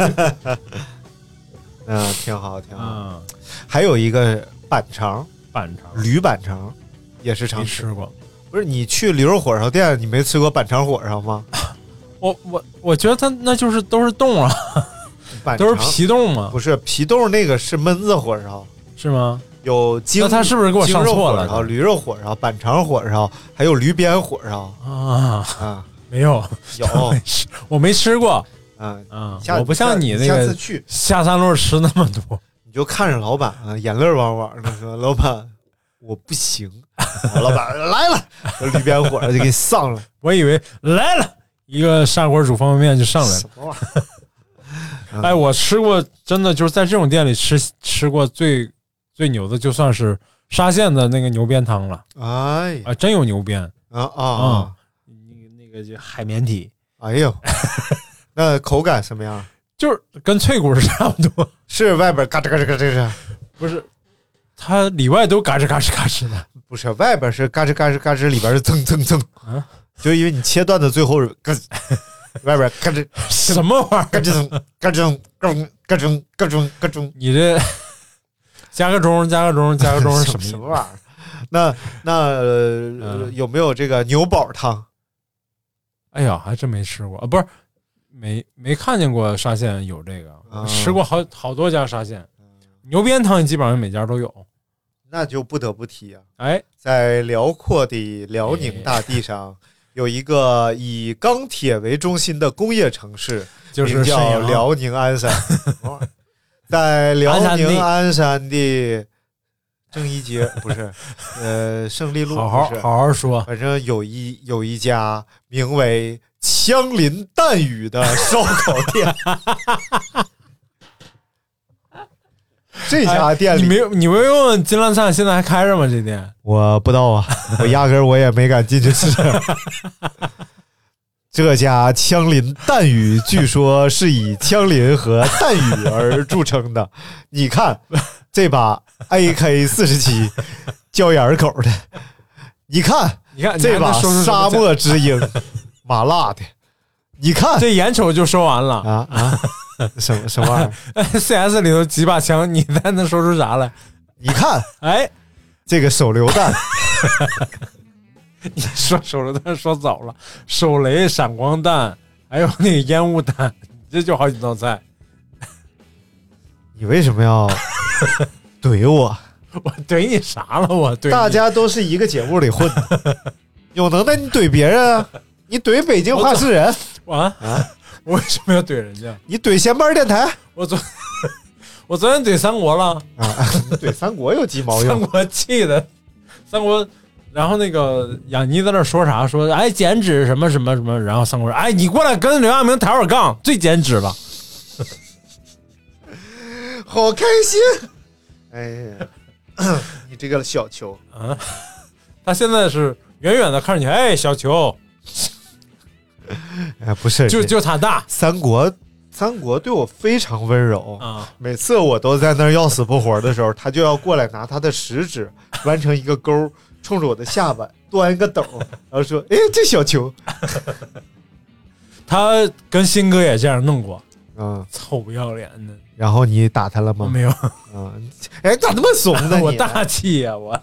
挺好。还有一个板肠，驴板肠也是常吃过。 不是你去驴肉火烧店，你没吃过板肠火烧吗？ 我觉得它那就是都是冻啊。都是皮冻吗？ 不是皮冻，那个是焖子火烧， 是吗？ 有那他是不是给我上错了？ 驴肉火烧、板肠火烧，还有驴鞭火烧啊？没有，我没吃过。我不像你那个下次去下三路吃那么多， 你就看着老板眼泪汪汪的说：“老板，我不行。”老板来了，驴鞭火烧就给你上了。 我以为来了一个砂锅煮方便面就上来了。 什么玩意儿？ 哎，我吃过，真的就是在这种店里吃过最牛的，就算是沙县的那个牛鞭汤了。 哎， 真有牛鞭啊！ 那个就海绵体。 哎呦，那口感什么样？ 就是跟脆骨是差不多， 是外边嘎吱嘎吱嘎吱， 不是，它里外都嘎吱嘎吱嘎吱的。 不是，外边是嘎吱嘎吱嘎吱，里边是蹭蹭蹭啊！就因为你切断的最后嘎。外边咯吱什么玩意儿？ 咯吱咯吱， 你这加个钟是什么玩意儿？那有没有这个牛宝汤？ 哎呀，还真没吃过啊！不是，没看见过沙县有这个，吃过好多家沙县牛鞭汤，基本上每家都有。 那就不得不提啊！ 哎， 在辽阔的辽宁大地上。有一个以钢铁为中心的工业城市， 就是叫辽宁鞍山。在辽宁鞍山的正一街不是，胜利路， 好好说。 反正有一家名为枪林弹雨的烧烤店。这家店里， 你没问问金兰灿现在还开着吗？这店我不知道啊，我压根我也没敢进去吃。这家枪林弹雨据说是以枪林和弹雨而著称的。你看这把 AK-47 叫眼狗的。你看这把沙漠之鹰，麻辣的。你看这眼瞅就说完了啊！什么玩意儿 ？CS 里头几把枪，你才能说出啥来？ 你看， 哎， 这个手榴弹， 你说手榴弹说早了，手雷、闪光弹，还有那个烟雾弹，这就好几道菜。 你为什么要怼我？ 我怼你啥了？我怼你大家都是一个节目里混的，有能耐你怼别人啊！你怼北京话事人， 我为什么要怼人家？ 你怼闲班电台， 我昨天怼三国了啊！怼三国有鸡毛用？ 三国气的，三国。然后那个雅妮在那说啥？说哎减脂什么什么什么。然后三国说哎你过来跟刘亚明抬会儿杠，最减脂了。 好开心！哎呀，你这个小球啊！他现在是远远的看着你，哎，小球。 哎，不是， 就他大。 三国对我非常温柔啊！ 每次我都在那儿要死不活的时候，他就要过来拿他的食指弯成一个钩，冲着我的下巴端一个斗，然后说：“哎，这小球。” 他跟新哥也这样弄过， 臭不要脸的。 然后你打他了吗？ 没有。 哎，咋那么怂呢？ 我大气呀，我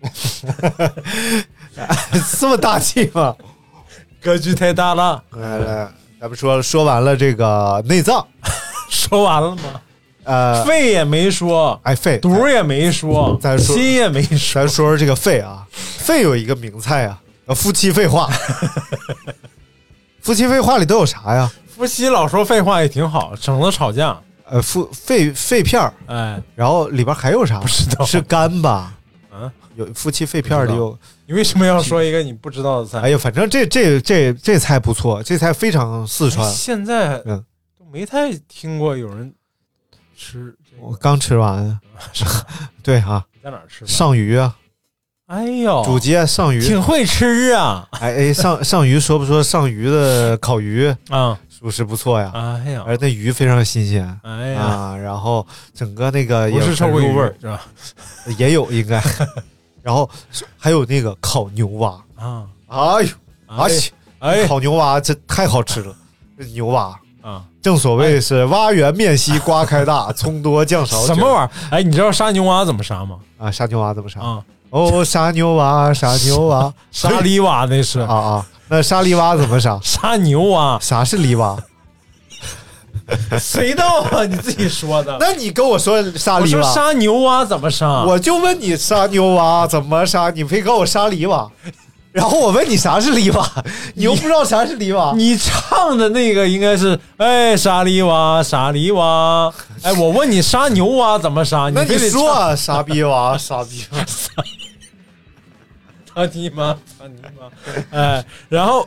这么大气吗？ 格局太大了。 来，咱们说完了这个内脏， 说完了吗？肺也没说， 哎，肺肚也没说， 咱说心也没说。 咱说说这个肺啊，肺有一个名菜啊，夫妻废话。夫妻废话里都有啥呀？ 夫妻老说废话也挺好，省得吵架。 肺片儿， 哎， 然后里边还有啥？ 不知道， 是肝吧？ 嗯， 有夫妻肺片里有。 你为什么要说一个你不知道的菜？ 哎呀，反正这菜不错，这菜非常四川。 现在都没太听过有人吃。 我刚吃完。对啊。 你在哪儿吃？ 上鱼啊。 哎呦， 主街上鱼挺会吃啊！ 哎，上鱼说不说上鱼的烤鱼啊？ 属实不错呀！ 哎呀， 而那鱼非常新鲜， 哎呀啊，然后整个那个不是臭鳜鱼味儿是吧？ 也有应该，然后还有那个烤牛蛙啊！ 哎呦， 哎， 烤牛蛙这太好吃了，牛蛙啊！ 正所谓是蛙圆面稀瓜开大，葱多酱少。 什么玩意儿？哎，你知道杀牛蛙怎么杀吗？ 啊，杀牛蛙怎么杀啊？ 哦，杀牛蛙，杀牛蛙， 杀梨蛙那是啊！那杀梨蛙怎么杀？ 杀牛蛙？ 啥是梨蛙？ 谁知道啊？你自己说的。 那你跟我说杀梨蛙？ 我说杀牛蛙怎么杀？ 我就问你杀牛蛙怎么杀，你非告我杀梨蛙。然后我问你啥是梨蛙，你又不知道啥是梨蛙。 你唱的那个应该是哎杀梨蛙，杀梨蛙。哎，我问你杀牛蛙怎么杀？ 那你说杀逼蛙，杀逼蛙。 他尼玛，哎，然后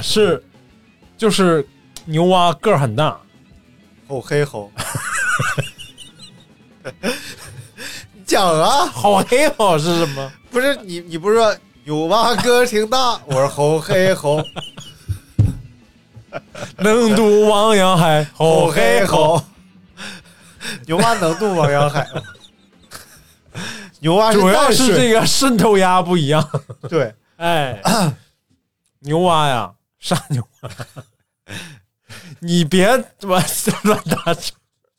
就是牛蛙个儿很大， 吼嘿吼，讲啊， 吼嘿吼是什么？ 不是你不是说牛蛙个儿挺大？我说吼嘿吼， 能渡汪洋海，吼嘿吼， 牛蛙能渡汪洋海吗？牛蛙主要是这个渗透压不一样。 对， 哎，牛蛙呀，杀牛蛙，你别乱打岔。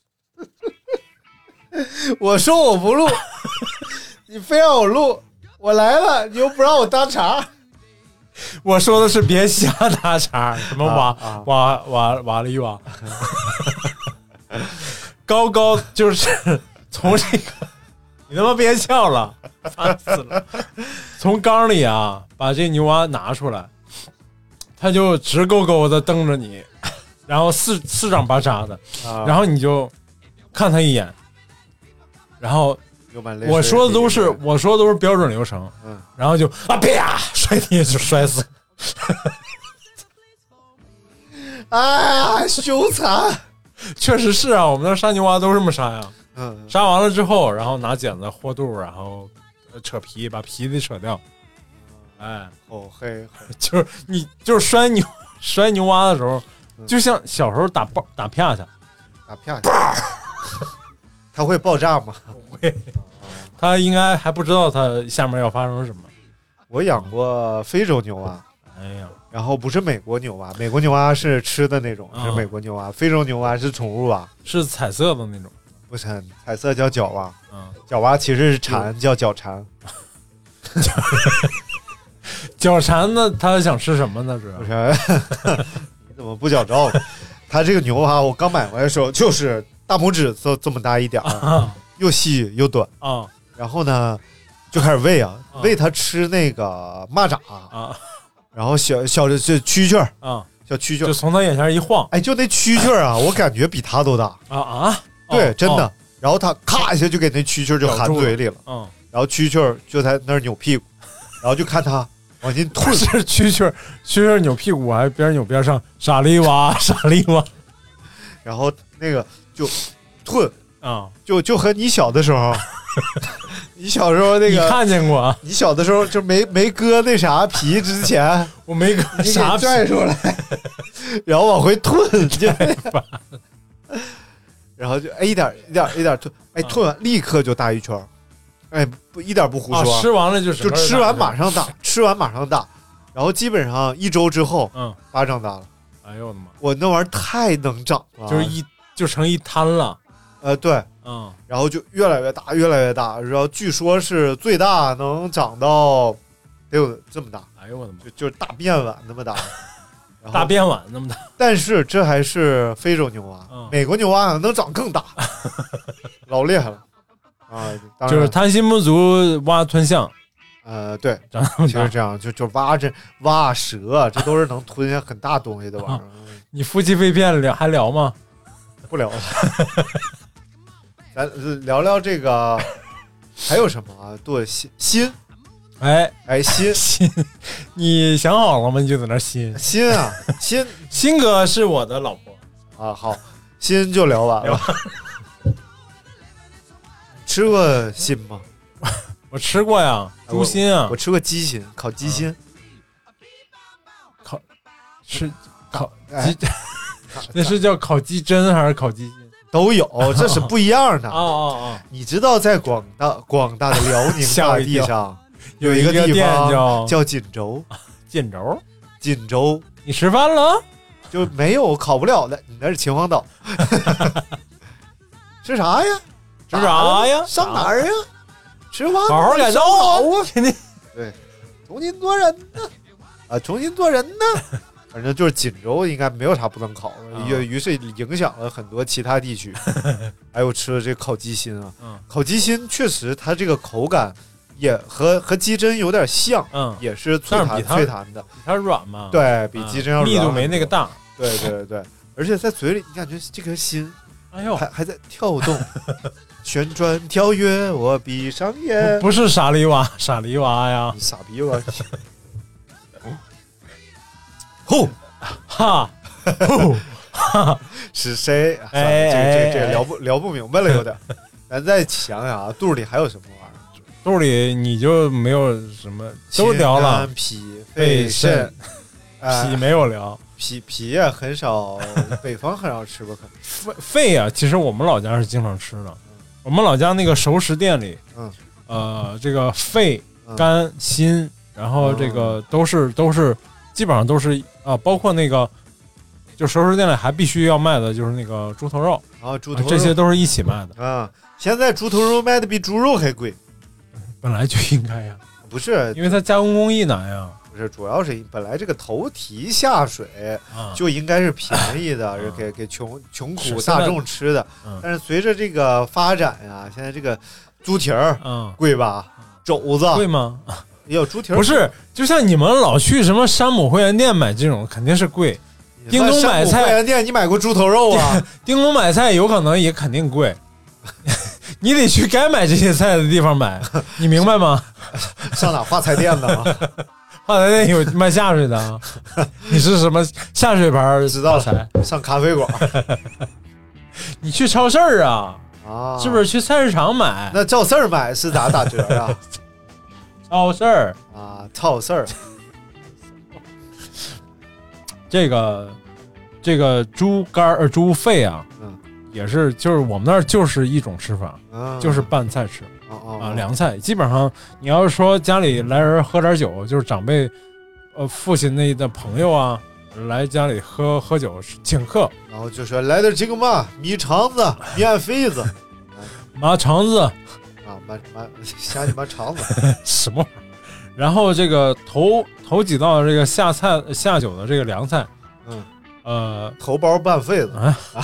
我说我不录，你非让我录，我来了，你又不让我搭茬。 我说的是别瞎搭茬，什么挖了一挖，高就是从这个。你他妈别笑了，烦死了！从缸里啊，把这牛蛙拿出来，他就直勾勾的瞪着你，然后四掌八叉的，然后你就看他一眼，然后我说的都是标准流程，然后就啪摔地就摔死。 哎呀，凶残！ 确实是啊，我们那杀牛蛙都这么杀呀。杀完了之后，然后拿剪子和肚，然后扯皮，把皮给扯掉。哎， 哦嘿， 就是你就是摔牛蛙的时候，就像小时候打啪下， 它会爆炸吗？ 会。 它应该还不知道它下面要发生什么。 我养过非洲牛蛙， 哎呀， 然后不是美国牛蛙，美国牛蛙是吃的那种，是美国牛蛙，非洲牛蛙是宠物蛙， 是彩色的那种。 不是彩色叫角蛙，角蛙其实是蝉，叫角蝉。 角蝉呢？它想吃什么呢？主要不是你怎么不讲照？它这个牛蛙我刚买回来的时候就是大拇指这么大一点，又细又短啊。 然后呢，就开始喂喂它吃那个蚂蚱啊， 然后小的这蛐蛐啊， 小蛐蛐就从它眼前一晃， 哎，就那蛐蛐啊，我感觉比它都大对，真的。然后它咔一下就给那蛐蛐就含嘴里了，然后蛐蛐就在那儿扭屁股，然后就看它往进吞。 是蛐蛐扭屁股，还边扭边上，傻梨娃。 然后那个就吞啊， 就和你小的时候，你小时候那个你看见过？ 你小的时候就没割那啥皮之前， 我没割啥皮， 拽出来，然后往回吞，就然后就一点吞，哎，吞完立刻就大一圈，哎，不一点不胡说， 吃完了就吃完马上大，吃完马上大，然后基本上1周之后，巴掌大了。 哎呦我的妈！ 我那玩意儿太能长了， 就成一滩了。 对，然后就越来越大，越来越大，然后据说是最大能长到得有这么大。 哎呦我的妈！ 就是大便碗那么大。 大便碗那么大， 但是这还是非洲牛蛙，美国牛蛙能长更大，老厉害了啊！ 就是贪心不足蛙吞象， 对，就是这样，就蛙蛇，这都是能吞下很大东西的玩意儿。 你夫妻肺片还聊吗？ 不聊了，咱聊聊这个还有什么啊？对，心。哎， 心，你想好了吗？你就在那心啊， 心哥是我的老婆啊。好，心就聊完了。吃过心吗？ 我吃过呀，猪心啊， 我吃过鸡心，烤鸡心， 烤鸡，那是叫烤鸡胗还是烤鸡心？ 都有，这是不一样的。你知道在广大的辽宁大地上。有一个地方叫锦州， 锦州， 你吃饭了？ 就没有烤不了的，你那是秦皇岛。吃啥呀？上哪儿呀？吃饭， 好好改造啊！ 对，重新做人呢，重新做人呢。反正就是锦州应该没有啥不能烤的，于是影响了很多其他地区。还有吃了这烤鸡心啊，烤鸡心确实它这个口感。也和鸡胗有点像，也是脆弹的， 比它软嘛， 对比鸡胗要软， 密度没那个大， 对，而且在嘴里你感觉这颗心， 哎呦， 还在跳动，旋转跳跃，我闭上眼， 不是傻梨娃呀， 傻逼娃，吼哈，吼哈， 是谁？这个聊不明白了，有点，咱再想想啊，肚里还有什么玩意儿？ 肚里你就没有什么都聊了， 脾、肺、肾， 脾没有聊， 脾也很少，北方很少吃吧？可能肺啊，其实我们老家是经常吃的。我们老家那个熟食店里，这个肺、肝、心，然后这个都是基本上都是包括那个就熟食店里还必须要卖的就是那个猪头肉猪头肉， 这些都是一起卖的啊。现在猪头肉卖的比猪肉还贵。 本来就应该呀， 不是， 因为它加工工艺难呀。 不是，主要是本来这个头蹄下水就应该是便宜的，给穷苦大众吃的。但是随着这个发展呀，现在这个猪蹄儿贵吧？肘子贵吗？ 有猪蹄儿不是，就像你们老去什么山姆会员店买这种，肯定是贵。叮咚买菜会员店，你买过猪头肉啊？ 叮咚买菜有可能也肯定贵。你得去该买这些菜的地方买，你明白吗？ 上哪画菜店的吗？ 画菜店有卖下水的，你是什么下水牌？ 知道了，上咖啡馆。 你去超市啊？是不是去菜市场买？ 那超市买是咋打折啊？ 超市超市。 这个猪肝猪肺啊。也是，就是我们那儿就是一种吃法，就是拌菜吃凉菜。基本上你要是说家里来人喝点酒，就是长辈父亲那的朋友啊来家里喝酒请客， 然后就说来点这个嘛米肠子面肺子麻肠子啊想你妈肠子什么玩意儿。然后这个头几道这个下酒的这个凉菜， 头包拌肺子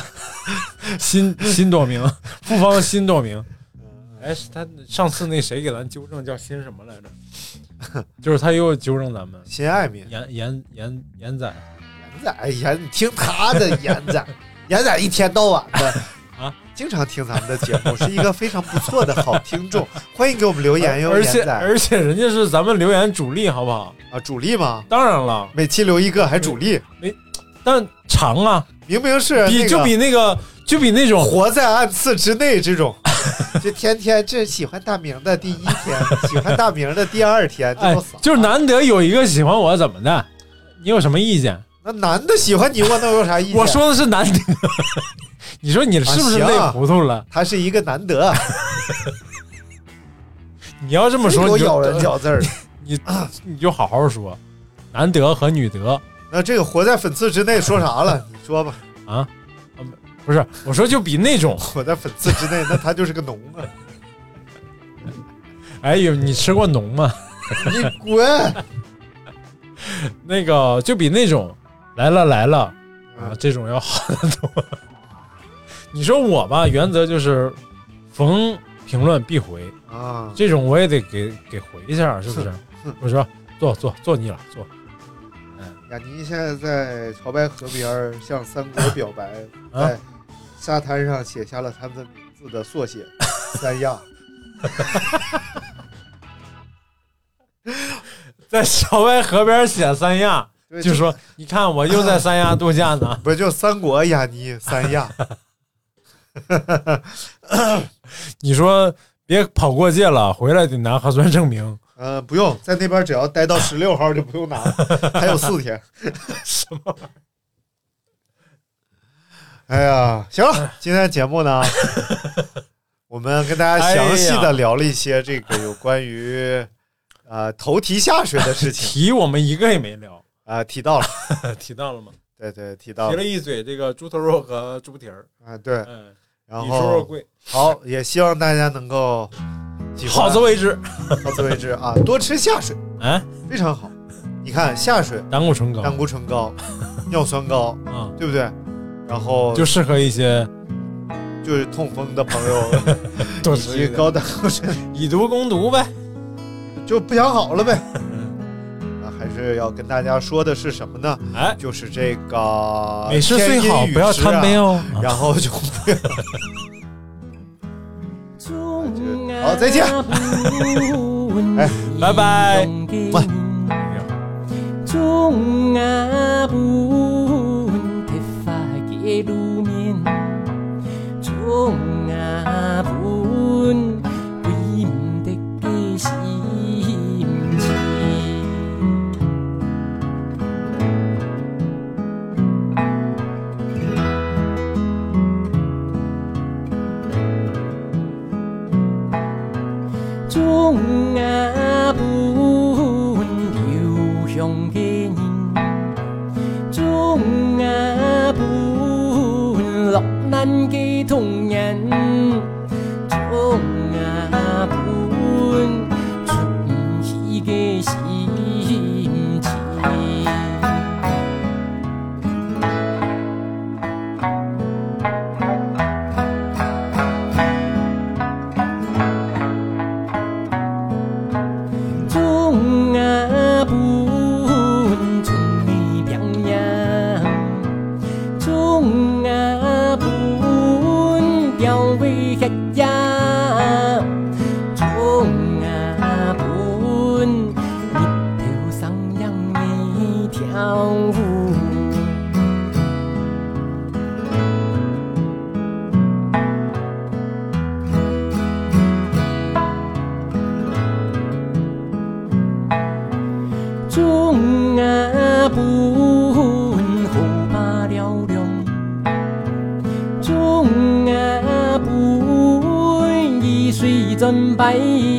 新多明复方新多明。哎，他上次那谁给咱纠正叫新什么来着？就是他又纠正咱们新爱民严仔。 哎呀，你听他的严仔一天到晚的啊，经常听咱们的节目，是一个非常不错的好听众，欢迎给我们留言哟。 而且人家是咱们留言主力，好不好啊？主力吗？ 当然了， 每期留一个还主力， 但长啊， 明明是就比那种活在暗刺之内这种，就天天这喜欢大明的第一天，喜欢大明的第二天， 哎，就是难得有一个喜欢我怎么的？你有什么意见？ 那男的喜欢你，我能有啥意见？ 我说的是难得，你说你是不是累糊涂了？ 他是一个难得。 你要这么说， 我咬人脚字儿， 你就好好说，男德和女德。 那这个活在粉刺之内说啥了？你说吧。 啊，不是，我说就比那种活在粉刺之内，那他就是个脓啊。 哎呦，你吃过脓吗？ 你滚！ 那个就比那种来了啊，这种要好得多。你说我吧，原则就是逢评论必回啊，这种我也得给回一下，是不是？我说坐你了，坐。 雅尼现在在潮白河边向三国表白，在沙滩上写下了他们的名字的缩写三亚。 在潮白河边写三亚，就说你看我又在三亚度假呢。 不就三国雅尼三亚？ 你说别跑过界了，回来得拿核酸证明。 不用，在那边只要待到16号就不用拿了，还有4天。 什么玩意儿？ 哎呀，行了，今天节目呢，我们跟大家详细的聊了一些这个有关于头提下水的事情。 提我们一个也没聊提到了， 提到了吗？ 对，提到了， 提了一嘴这个猪头肉和猪蹄儿啊，对，然后比猪肉贵。 好，也希望大家能够。 好自为之， 好自为之啊！多吃下水，非常好。你看下水， 胆固醇高， 尿酸高，对不对？然后就适合一些就是痛风的朋友，以及高胆固醇， 以毒攻毒呗， 就不想好了呗。还是要跟大家说的是什么呢？就是这个美食虽好，不要贪杯哦。 然后就不要。好，再见。 拜拜。 中啊本流向嘅人，中啊本落難嘅同人，中啊本出唔起嘅心情。中啊本真白，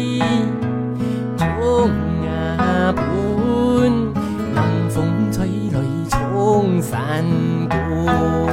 冲啊本，南风吹来冲山谷。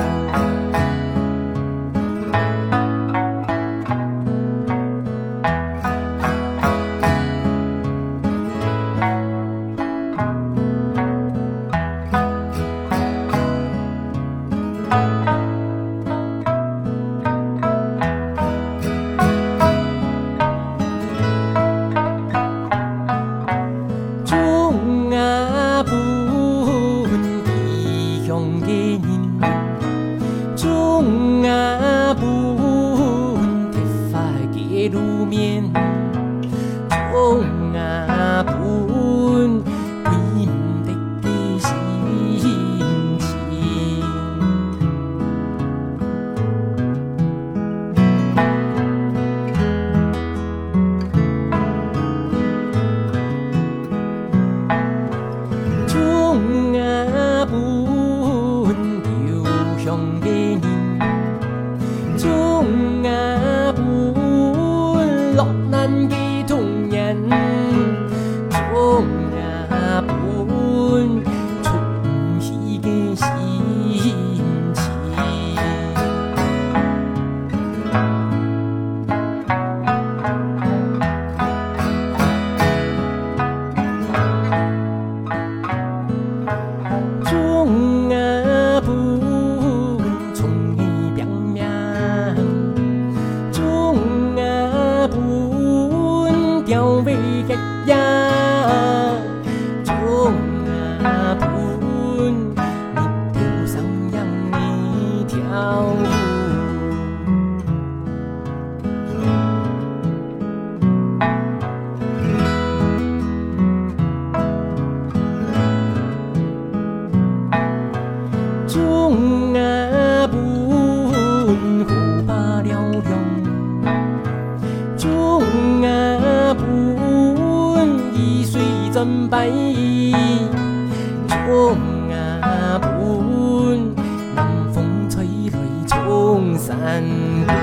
真白，冲啊本，南风吹来冲山谷。